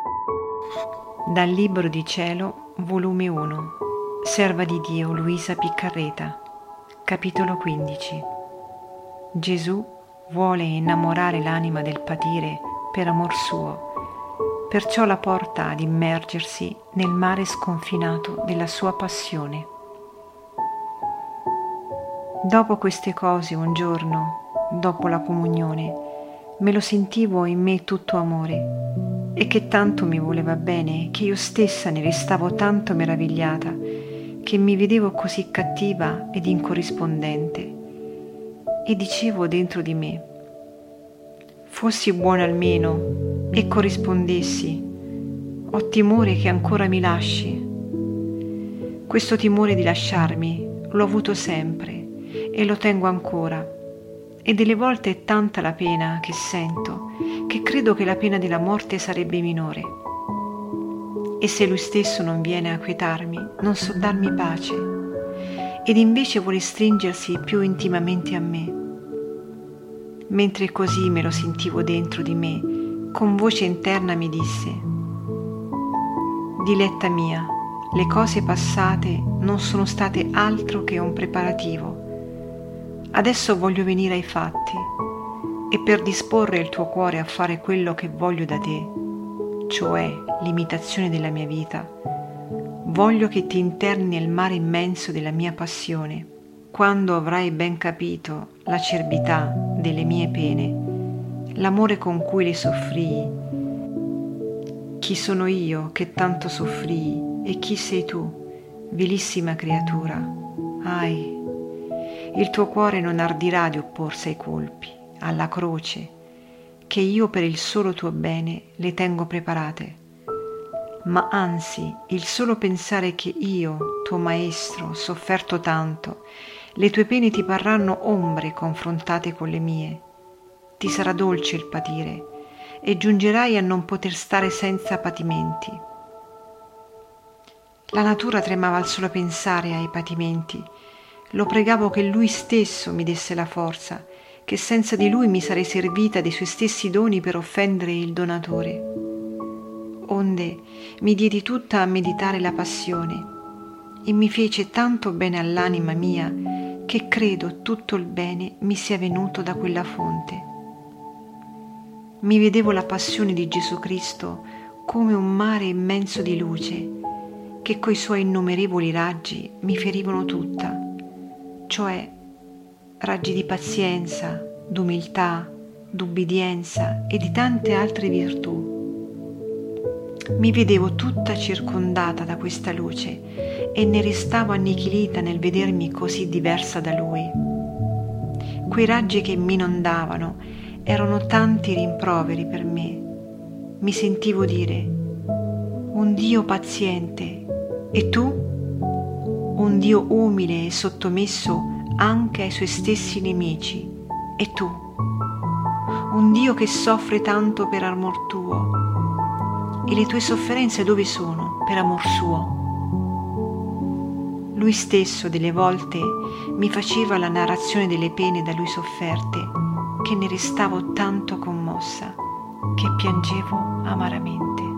Dal Libro di Cielo, volume 1, Serva di Dio Luisa Piccarreta, capitolo 15. Gesù vuole innamorare l'anima del patire per amor suo, perciò la porta ad immergersi nel mare sconfinato della sua passione. Dopo queste cose, un giorno, dopo la comunione, me lo sentivo in me tutto amore, e che tanto mi voleva bene che io stessa ne restavo tanto meravigliata, che mi vedevo così cattiva ed incorrispondente, e dicevo dentro di me: fossi buona almeno e corrispondessi, ho timore che ancora mi lasci. Questo timore di lasciarmi l'ho avuto sempre e lo tengo ancora, e delle volte è tanta la pena che sento che credo che la pena della morte sarebbe minore. E se lui stesso non viene a quietarmi, non so darmi pace, ed invece vuole stringersi più intimamente a me. Mentre così me lo sentivo dentro di me, con voce interna mi disse: diletta mia, le cose passate non sono state altro che un preparativo. Adesso voglio venire ai fatti, e per disporre il tuo cuore a fare quello che voglio da te, cioè l'imitazione della mia vita, voglio che ti interni nel mare immenso della mia passione, quando avrai ben capito l'acerbità delle mie pene, l'amore con cui le soffrii. Chi sono io che tanto soffrii e chi sei tu, vilissima creatura? Ahi! Il tuo cuore non ardirà di opporsi ai colpi, alla croce, che io per il solo tuo bene le tengo preparate. Ma anzi, il solo pensare che io, tuo maestro, ho sofferto tanto, le tue pene ti parranno ombre confrontate con le mie. Ti sarà dolce il patire, e giungerai a non poter stare senza patimenti. La natura tremava al solo pensare ai patimenti. Lo pregavo che lui stesso mi desse la forza, che senza di lui mi sarei servita dei suoi stessi doni per offendere il donatore. Onde mi diedi tutta a meditare la passione, e mi fece tanto bene all'anima mia che credo tutto il bene mi sia venuto da quella fonte. Mi vedevo la passione di Gesù Cristo come un mare immenso di luce, che coi suoi innumerevoli raggi mi ferivano tutta, cioè raggi di pazienza, d'umiltà, d'ubbidienza e di tante altre virtù. Mi vedevo tutta circondata da questa luce e ne restavo annichilita nel vedermi così diversa da lui. Quei raggi che mi inondavano erano tanti rimproveri per me. Mi sentivo dire: un Dio paziente, e tu? Un Dio umile e sottomesso anche ai suoi stessi nemici, e tu? Un Dio che soffre tanto per amor tuo, e le tue sofferenze dove sono per amor suo? Lui stesso delle volte mi faceva la narrazione delle pene da lui sofferte, che ne restavo tanto commossa che piangevo amaramente.